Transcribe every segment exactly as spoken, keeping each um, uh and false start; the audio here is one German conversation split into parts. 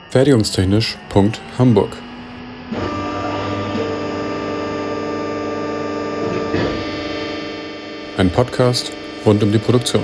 Fertigungstechnisch Punkt Hamburg. Ein Podcast rund um die Produktion.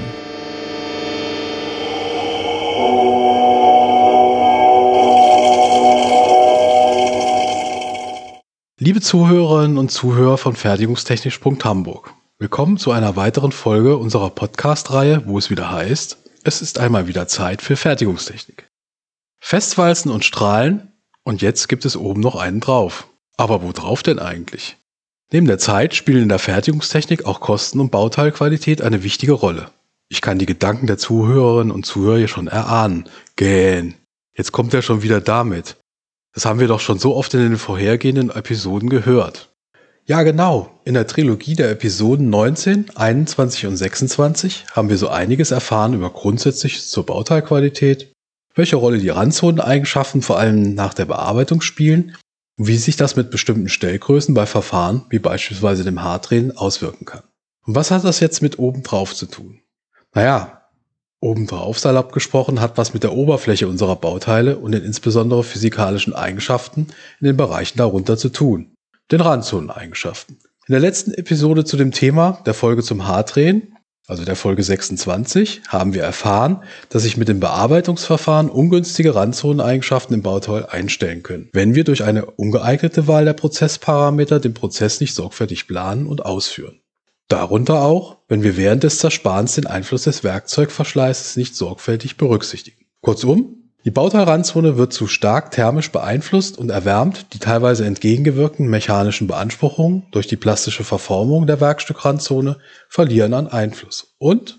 Liebe Zuhörerinnen und Zuhörer von Fertigungstechnisch Punkt Hamburg, willkommen zu einer weiteren Folge unserer Podcast-Reihe, wo es wieder heißt, es ist einmal wieder Zeit für Fertigungstechnik. Festwalzen und Strahlen und jetzt gibt es oben noch einen drauf. Aber wo drauf denn eigentlich? Neben der Zeit spielen in der Fertigungstechnik auch Kosten und Bauteilqualität eine wichtige Rolle. Ich kann die Gedanken der Zuhörerinnen und Zuhörer hier schon erahnen. Gähn, jetzt kommt er schon wieder damit. Das haben wir doch schon so oft in den vorhergehenden Episoden gehört. Ja genau, in der Trilogie der Episoden neunzehn, einundzwanzig und sechsundzwanzig haben wir so einiges erfahren über Grundsätzliches zur Bauteilqualität, welche Rolle die Randzoneneigenschaften vor allem nach der Bearbeitung spielen und wie sich das mit bestimmten Stellgrößen bei Verfahren wie beispielsweise dem Haardrehen auswirken kann. Und was hat das jetzt mit obendrauf zu tun? Naja, obendrauf, salopp gesprochen, hat was mit der Oberfläche unserer Bauteile und den insbesondere physikalischen Eigenschaften in den Bereichen darunter zu tun, den Randzoneneigenschaften. In der letzten Episode zu dem Thema, der Folge zum Haardrehen, also der Folge sechsundzwanzig, haben wir erfahren, dass sich mit dem Bearbeitungsverfahren ungünstige Randzoneneigenschaften im Bauteil einstellen können, wenn wir durch eine ungeeignete Wahl der Prozessparameter den Prozess nicht sorgfältig planen und ausführen. Darunter auch, wenn wir während des Zersparens den Einfluss des Werkzeugverschleißes nicht sorgfältig berücksichtigen. Kurzum, die Bauteilrandzone wird zu stark thermisch beeinflusst und erwärmt, die teilweise entgegengewirkten mechanischen Beanspruchungen durch die plastische Verformung der Werkstückrandzone verlieren an Einfluss. Und?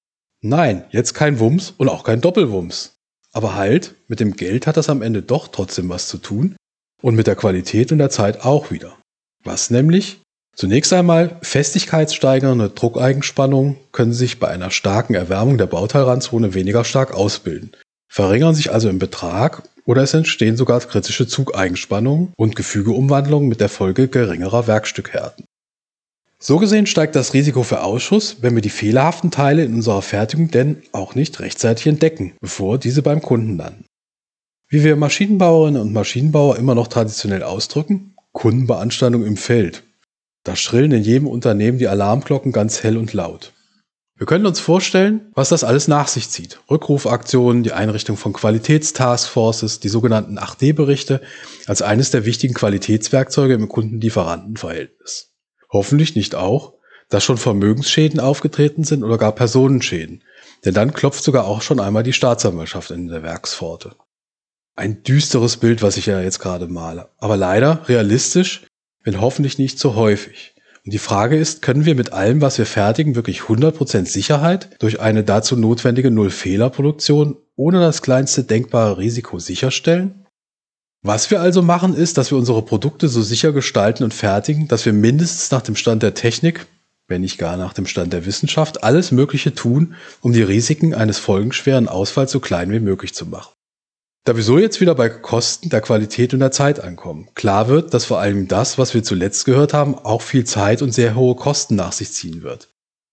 Nein, jetzt kein Wumms und auch kein Doppelwumms. Aber halt, mit dem Geld hat das am Ende doch trotzdem was zu tun und mit der Qualität und der Zeit auch wieder. Was nämlich? Zunächst einmal, festigkeitssteigernde Druckeigenspannungen können sich bei einer starken Erwärmung der Bauteilrandzone weniger stark ausbilden, verringern sich also im Betrag oder es entstehen sogar kritische Zugeigenspannungen und Gefügeumwandlungen mit der Folge geringerer Werkstückhärten. So gesehen steigt das Risiko für Ausschuss, wenn wir die fehlerhaften Teile in unserer Fertigung denn auch nicht rechtzeitig entdecken, bevor diese beim Kunden landen. Wie wir Maschinenbauerinnen und Maschinenbauer immer noch traditionell ausdrücken, Kundenbeanstandung im Feld. Da schrillen in jedem Unternehmen die Alarmglocken ganz hell und laut. Wir können uns vorstellen, was das alles nach sich zieht. Rückrufaktionen, die Einrichtung von Qualitätstaskforces, die sogenannten acht D Berichte als eines der wichtigen Qualitätswerkzeuge im Kunden-Lieferanten-Verhältnis. Hoffentlich nicht auch, dass schon Vermögensschäden aufgetreten sind oder gar Personenschäden, denn dann klopft sogar auch schon einmal die Staatsanwaltschaft in der Werkspforte. Ein düsteres Bild, was ich ja jetzt gerade male, aber leider realistisch, wenn hoffentlich nicht so häufig. Und die Frage ist, können wir mit allem, was wir fertigen, wirklich hundert Prozent Sicherheit durch eine dazu notwendige Null-Fehler-Produktion ohne das kleinste denkbare Risiko sicherstellen? Was wir also machen, ist, dass wir unsere Produkte so sicher gestalten und fertigen, dass wir mindestens nach dem Stand der Technik, wenn nicht gar nach dem Stand der Wissenschaft, alles Mögliche tun, um die Risiken eines folgenschweren Ausfalls so klein wie möglich zu machen. Da wir so jetzt wieder bei Kosten, der Qualität und der Zeit ankommen. Klar wird, dass vor allem das, was wir zuletzt gehört haben, auch viel Zeit und sehr hohe Kosten nach sich ziehen wird.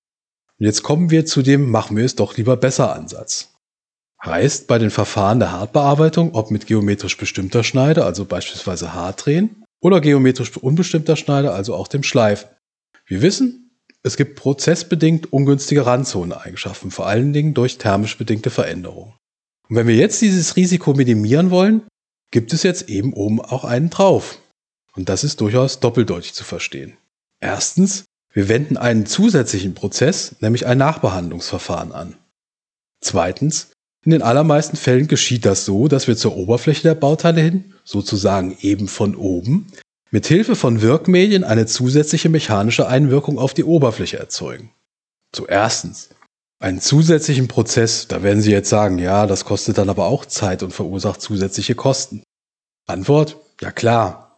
Und jetzt kommen wir zu dem machen wir es doch lieber besser Ansatz. Heißt, bei den Verfahren der Haardbearbeitung, ob mit geometrisch bestimmter Schneide, also beispielsweise Haardrehen, oder geometrisch unbestimmter Schneide, also auch dem Schleifen. Wir wissen, es gibt prozessbedingt ungünstige Randzoneneigenschaften, vor allen Dingen durch thermisch bedingte Veränderungen. Und wenn wir jetzt dieses Risiko minimieren wollen, gibt es jetzt eben oben auch einen drauf. Und das ist durchaus doppeldeutig zu verstehen. Erstens, wir wenden einen zusätzlichen Prozess, nämlich ein Nachbehandlungsverfahren an. Zweitens, in den allermeisten Fällen geschieht das so, dass wir zur Oberfläche der Bauteile hin, sozusagen eben von oben, mit Hilfe von Wirkmedien eine zusätzliche mechanische Einwirkung auf die Oberfläche erzeugen. So erstens, einen zusätzlichen Prozess, da werden Sie jetzt sagen, ja, das kostet dann aber auch Zeit und verursacht zusätzliche Kosten. Antwort, ja klar.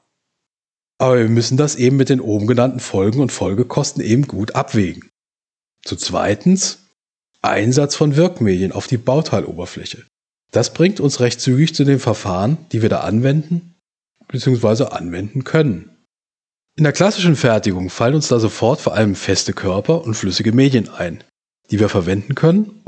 Aber wir müssen das eben mit den oben genannten Folgen und Folgekosten eben gut abwägen. Zu zweitens, Einsatz von Wirkmedien auf die Bauteiloberfläche. Das bringt uns recht zügig zu den Verfahren, die wir da anwenden bzw. anwenden können. In der klassischen Fertigung fallen uns da sofort vor allem feste Körper und flüssige Medien ein, die wir verwenden können, um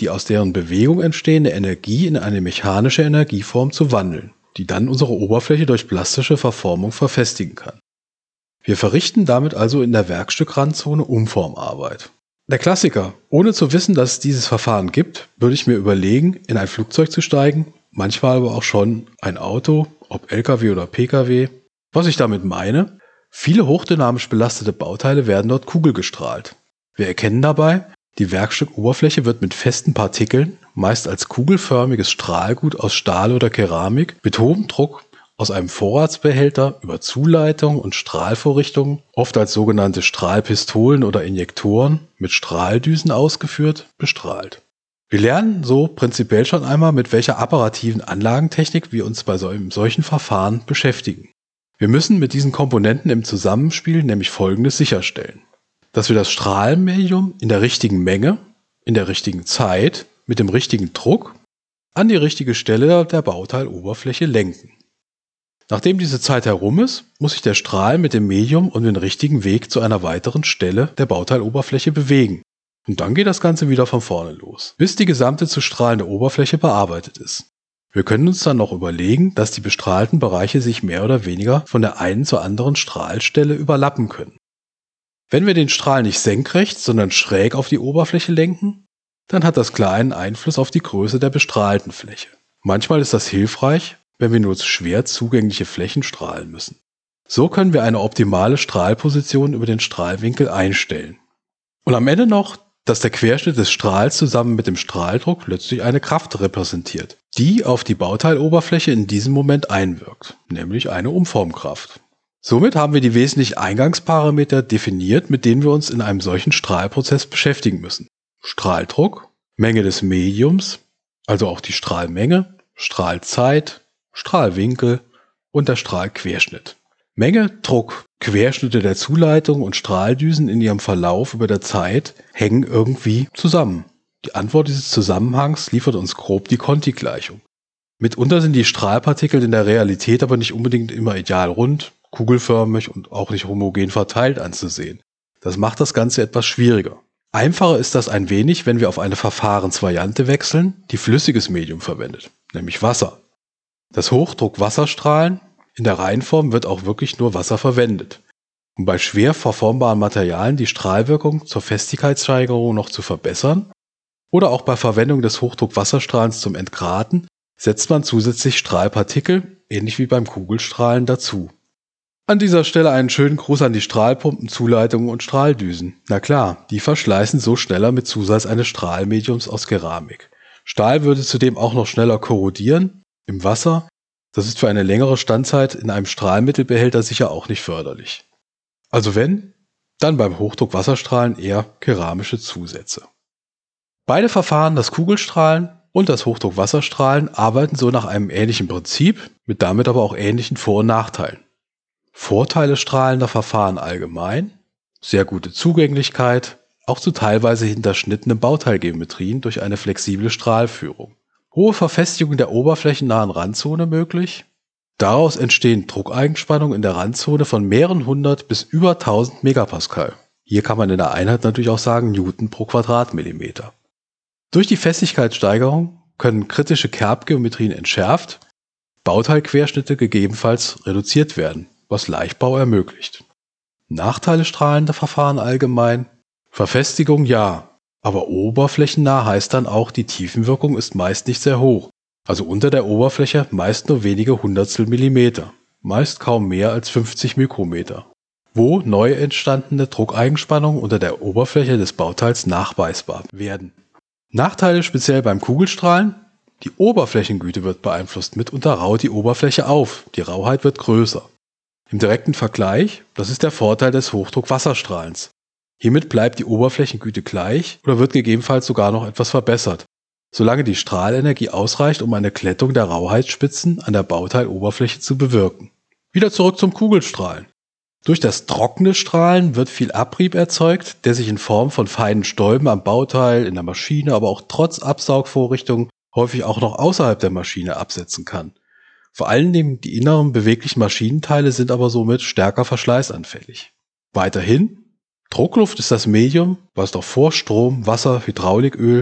die aus deren Bewegung entstehende Energie in eine mechanische Energieform zu wandeln, die dann unsere Oberfläche durch plastische Verformung verfestigen kann. Wir verrichten damit also in der Werkstückrandzone Umformarbeit. Der Klassiker: Ohne zu wissen, dass es dieses Verfahren gibt, würde ich mir überlegen, in ein Flugzeug zu steigen, manchmal aber auch schon ein Auto, ob L K W oder P K W. Was ich damit meine: Viele hochdynamisch belastete Bauteile werden dort kugelgestrahlt. Wir erkennen dabei, die Werkstückoberfläche wird mit festen Partikeln, meist als kugelförmiges Strahlgut aus Stahl oder Keramik, mit hohem Druck aus einem Vorratsbehälter über Zuleitung und Strahlvorrichtungen, oft als sogenannte Strahlpistolen oder Injektoren mit Strahldüsen ausgeführt, bestrahlt. Wir lernen so prinzipiell schon einmal, mit welcher apparativen Anlagentechnik wir uns bei so einem solchen Verfahren beschäftigen. Wir müssen mit diesen Komponenten im Zusammenspiel nämlich Folgendes sicherstellen: Dass wir das Strahlmedium in der richtigen Menge, in der richtigen Zeit, mit dem richtigen Druck an die richtige Stelle der Bauteiloberfläche lenken. Nachdem diese Zeit herum ist, muss sich der Strahl mit dem Medium um den richtigen Weg zu einer weiteren Stelle der Bauteiloberfläche bewegen. Und dann geht das Ganze wieder von vorne los, bis die gesamte zu strahlende Oberfläche bearbeitet ist. Wir können uns dann noch überlegen, dass die bestrahlten Bereiche sich mehr oder weniger von der einen zur anderen Strahlstelle überlappen können. Wenn wir den Strahl nicht senkrecht, sondern schräg auf die Oberfläche lenken, dann hat das klar einen Einfluss auf die Größe der bestrahlten Fläche. Manchmal ist das hilfreich, wenn wir nur schwer zugängliche Flächen strahlen müssen. So können wir eine optimale Strahlposition über den Strahlwinkel einstellen. Und am Ende noch, dass der Querschnitt des Strahls zusammen mit dem Strahldruck letztlich eine Kraft repräsentiert, die auf die Bauteiloberfläche in diesem Moment einwirkt, nämlich eine Umformkraft. Somit haben wir die wesentlichen Eingangsparameter definiert, mit denen wir uns in einem solchen Strahlprozess beschäftigen müssen. Strahldruck, Menge des Mediums, also auch die Strahlmenge, Strahlzeit, Strahlwinkel und der Strahlquerschnitt. Menge, Druck, Querschnitte der Zuleitung und Strahldüsen in ihrem Verlauf über der Zeit hängen irgendwie zusammen. Die Antwort dieses Zusammenhangs liefert uns grob die Conti-Gleichung. Mitunter sind die Strahlpartikel in der Realität aber nicht unbedingt immer ideal rund, kugelförmig und auch nicht homogen verteilt anzusehen. Das macht das Ganze etwas schwieriger. Einfacher ist das ein wenig, wenn wir auf eine Verfahrensvariante wechseln, die flüssiges Medium verwendet, nämlich Wasser. Das Hochdruck-Wasserstrahlen, in der Reinform wird auch wirklich nur Wasser verwendet, um bei schwer verformbaren Materialien die Strahlwirkung zur Festigkeitssteigerung noch zu verbessern, oder auch bei Verwendung des Hochdruck-Wasserstrahlens zum Entgraten setzt man zusätzlich Strahlpartikel, ähnlich wie beim Kugelstrahlen, dazu. An dieser Stelle einen schönen Gruß an die Strahlpumpen, Zuleitungen und Strahldüsen. Na klar, die verschleißen so schneller mit Zusatz eines Strahlmediums aus Keramik. Stahl würde zudem auch noch schneller korrodieren im Wasser. Das ist für eine längere Standzeit in einem Strahlmittelbehälter sicher auch nicht förderlich. Also wenn, dann beim Hochdruck-Wasserstrahlen eher keramische Zusätze. Beide Verfahren, das Kugelstrahlen und das Hochdruck-Wasserstrahlen, arbeiten so nach einem ähnlichen Prinzip, mit damit aber auch ähnlichen Vor- und Nachteilen. Vorteile strahlender Verfahren allgemein: sehr gute Zugänglichkeit, auch zu teilweise hinterschnittenen Bauteilgeometrien durch eine flexible Strahlführung. Hohe Verfestigung der oberflächennahen Randzone möglich. Daraus entstehen Druckeigenspannungen in der Randzone von mehreren hundert bis über tausend Megapascal. Hier kann man in der Einheit natürlich auch sagen Newton pro Quadratmillimeter. Durch die Festigkeitssteigerung können kritische Kerbgeometrien entschärft, Bauteilquerschnitte gegebenenfalls reduziert werden, was Leichtbau ermöglicht. Nachteile strahlender Verfahren allgemein: Verfestigung ja, aber oberflächennah heißt dann auch, die Tiefenwirkung ist meist nicht sehr hoch, also unter der Oberfläche meist nur wenige Hundertstel Millimeter, meist kaum mehr als fünfzig Mikrometer, wo neu entstandene Druckeigenspannungen unter der Oberfläche des Bauteils nachweisbar werden. Nachteile speziell beim Kugelstrahlen: Die Oberflächengüte wird beeinflusst, mitunter raut die Oberfläche auf, die Rauheit wird größer. Im direkten Vergleich, das ist der Vorteil des Hochdruck-Wasserstrahlens. Hiermit bleibt die Oberflächengüte gleich oder wird gegebenenfalls sogar noch etwas verbessert, solange die Strahlenergie ausreicht, um eine Glättung der Rauheitsspitzen an der Bauteiloberfläche zu bewirken. Wieder zurück zum Kugelstrahlen. Durch das trockene Strahlen wird viel Abrieb erzeugt, der sich in Form von feinen Stäuben am Bauteil, in der Maschine, aber auch trotz Absaugvorrichtungen häufig auch noch außerhalb der Maschine absetzen kann. Vor allen Dingen die inneren beweglichen Maschinenteile sind aber somit stärker verschleißanfällig. Weiterhin: Druckluft ist das Medium, was noch vor Strom, Wasser, Hydrauliköl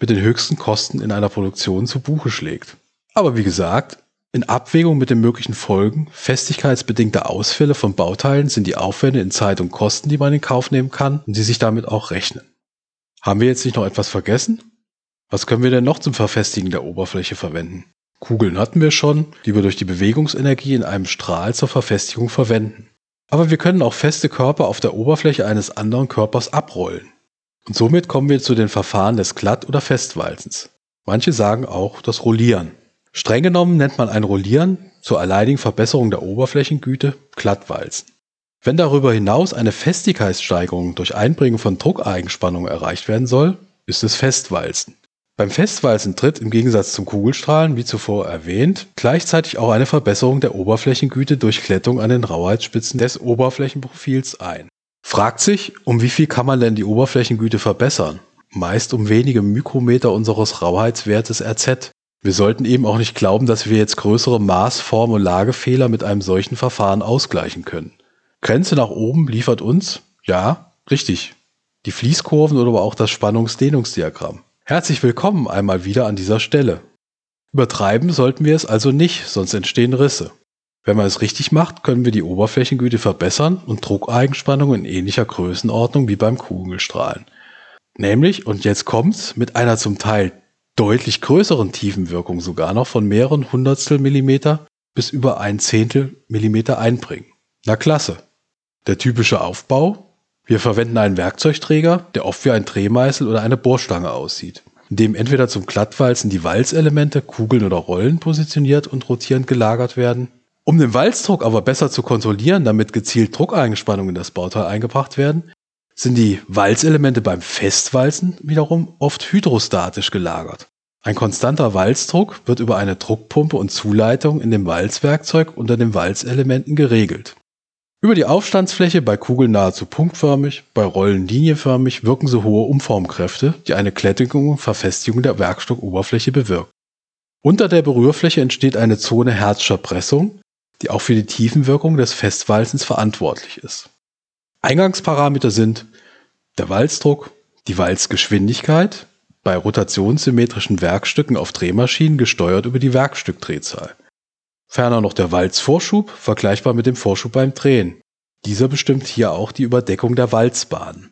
mit den höchsten Kosten in einer Produktion zu Buche schlägt. Aber wie gesagt, in Abwägung mit den möglichen Folgen festigkeitsbedingter Ausfälle von Bauteilen sind die Aufwände in Zeit und Kosten, die man in Kauf nehmen kann und die sich damit auch rechnen. Haben wir jetzt nicht noch etwas vergessen? Was können wir denn noch zum Verfestigen der Oberfläche verwenden? Kugeln hatten wir schon, die wir durch die Bewegungsenergie in einem Strahl zur Verfestigung verwenden. Aber wir können auch feste Körper auf der Oberfläche eines anderen Körpers abrollen. Und somit kommen wir zu den Verfahren des Glatt- oder Festwalzens. Manche sagen auch das Rollieren. Streng genommen nennt man ein Rollieren zur alleinigen Verbesserung der Oberflächengüte Glattwalzen. Wenn darüber hinaus eine Festigkeitssteigerung durch Einbringen von Druckeigenspannungen erreicht werden soll, ist es Festwalzen. Beim Festwalzen tritt im Gegensatz zum Kugelstrahlen, wie zuvor erwähnt, gleichzeitig auch eine Verbesserung der Oberflächengüte durch Glättung an den Rauheitsspitzen des Oberflächenprofils ein. Fragt sich, um wie viel kann man denn die Oberflächengüte verbessern? Meist um wenige Mikrometer unseres Rauheitswertes R Z. Wir sollten eben auch nicht glauben, dass wir jetzt größere Maß-, Form- und Lagefehler mit einem solchen Verfahren ausgleichen können. Grenze nach oben liefert uns, ja, richtig, die Fließkurven oder aber auch das Spannungsdehnungsdiagramm. Herzlich willkommen einmal wieder an dieser Stelle. Übertreiben sollten wir es also nicht, sonst entstehen Risse. Wenn man es richtig macht, können wir die Oberflächengüte verbessern und Druckeigenspannungen in ähnlicher Größenordnung wie beim Kugelstrahlen. Nämlich, und jetzt kommt's, mit einer zum Teil deutlich größeren Tiefenwirkung sogar noch von mehreren Hundertstel Millimeter bis über ein Zehntel Millimeter einbringen. Na klasse. Der typische Aufbau? Wir verwenden einen Werkzeugträger, der oft wie ein Drehmeißel oder eine Bohrstange aussieht, in dem entweder zum Glattwalzen die Walzelemente, Kugeln oder Rollen positioniert und rotierend gelagert werden. Um den Walzdruck aber besser zu kontrollieren, damit gezielt Druckeigenspannungen in das Bauteil eingebracht werden, sind die Walzelemente beim Festwalzen wiederum oft hydrostatisch gelagert. Ein konstanter Walzdruck wird über eine Druckpumpe und Zuleitung in dem Walzwerkzeug unter den Walzelementen geregelt. Über die Aufstandsfläche bei Kugeln nahezu punktförmig, bei Rollen linienförmig wirken so hohe Umformkräfte, die eine Glättigung und Verfestigung der Werkstückoberfläche bewirken. Unter der Berührfläche entsteht eine Zone Hertzscher Pressung, die auch für die Tiefenwirkung des Festwalzens verantwortlich ist. Eingangsparameter sind der Walzdruck, die Walzgeschwindigkeit, bei rotationssymmetrischen Werkstücken auf Drehmaschinen gesteuert über die Werkstückdrehzahl. Ferner noch der Walzvorschub, vergleichbar mit dem Vorschub beim Drehen. Dieser bestimmt hier auch die Überdeckung der Walzbahn.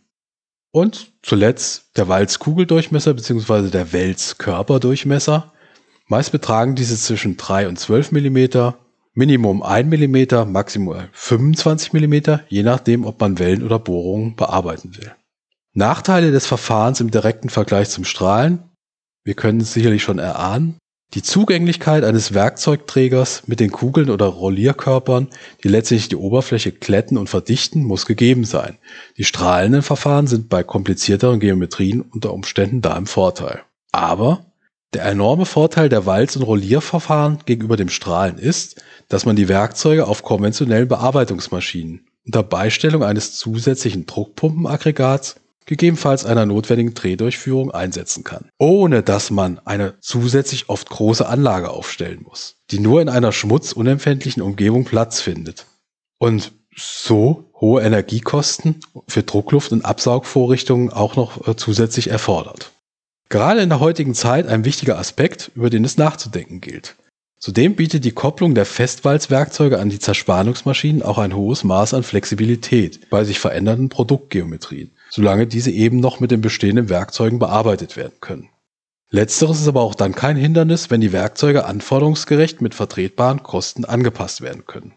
Und zuletzt der Walzkugeldurchmesser bzw. der Wälzkörperdurchmesser. Meist betragen diese zwischen drei und zwölf Millimeter, Minimum ein Millimeter, maximal fünfundzwanzig Millimeter, je nachdem, ob man Wellen oder Bohrungen bearbeiten will. Nachteile des Verfahrens im direkten Vergleich zum Strahlen? Wir können es sicherlich schon erahnen. Die Zugänglichkeit eines Werkzeugträgers mit den Kugeln oder Rollierkörpern, die letztlich die Oberfläche glätten und verdichten, muss gegeben sein. Die strahlenden Verfahren sind bei komplizierteren Geometrien unter Umständen da im Vorteil. Aber der enorme Vorteil der Walz- und Rollierverfahren gegenüber dem Strahlen ist, dass man die Werkzeuge auf konventionellen Bearbeitungsmaschinen unter Beistellung eines zusätzlichen Druckpumpenaggregats, gegebenenfalls einer notwendigen Drehdurchführung, einsetzen kann, ohne dass man eine zusätzlich oft große Anlage aufstellen muss, die nur in einer schmutzunempfindlichen Umgebung Platz findet und so hohe Energiekosten für Druckluft- und Absaugvorrichtungen auch noch äh, zusätzlich erfordert. Gerade in der heutigen Zeit ein wichtiger Aspekt, über den es nachzudenken gilt. Zudem bietet die Kopplung der Festwalzwerkzeuge an die Zerspannungsmaschinen auch ein hohes Maß an Flexibilität bei sich verändernden Produktgeometrien, solange diese eben noch mit den bestehenden Werkzeugen bearbeitet werden können. Letzteres ist aber auch dann kein Hindernis, wenn die Werkzeuge anforderungsgerecht mit vertretbaren Kosten angepasst werden können.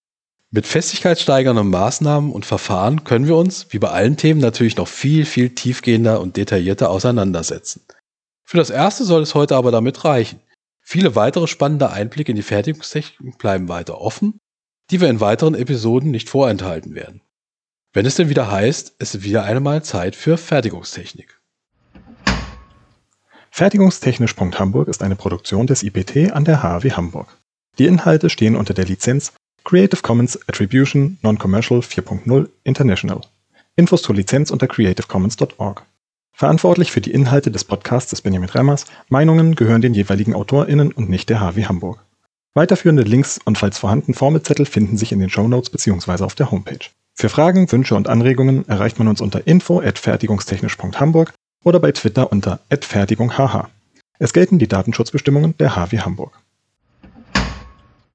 Mit festigkeitssteigernden Maßnahmen und Verfahren können wir uns, wie bei allen Themen, natürlich noch viel, viel tiefgehender und detaillierter auseinandersetzen. Für das Erste soll es heute aber damit reichen. Viele weitere spannende Einblicke in die Fertigungstechnik bleiben weiter offen, die wir in weiteren Episoden nicht vorenthalten werden. Wenn es denn wieder heißt, es ist wieder einmal Zeit für Fertigungstechnik. Fertigungstechnisch.hamburg ist eine Produktion des I B T an der H A W Hamburg. Die Inhalte stehen unter der Lizenz Creative Commons Attribution Non-Commercial vier Punkt null International. Infos zur Lizenz unter creative commons Punkt org. Verantwortlich für die Inhalte des Podcasts ist Benjamin Remmers. Meinungen gehören den jeweiligen AutorInnen und nicht der H A W Hamburg. Weiterführende Links und falls vorhanden Formelzettel finden sich in den Shownotes bzw. auf der Homepage. Für Fragen, Wünsche und Anregungen erreicht man uns unter info at fertigungstechnisch Punkt hamburg oder bei Twitter unter at fertigunghh. Es gelten die Datenschutzbestimmungen der H W Hamburg.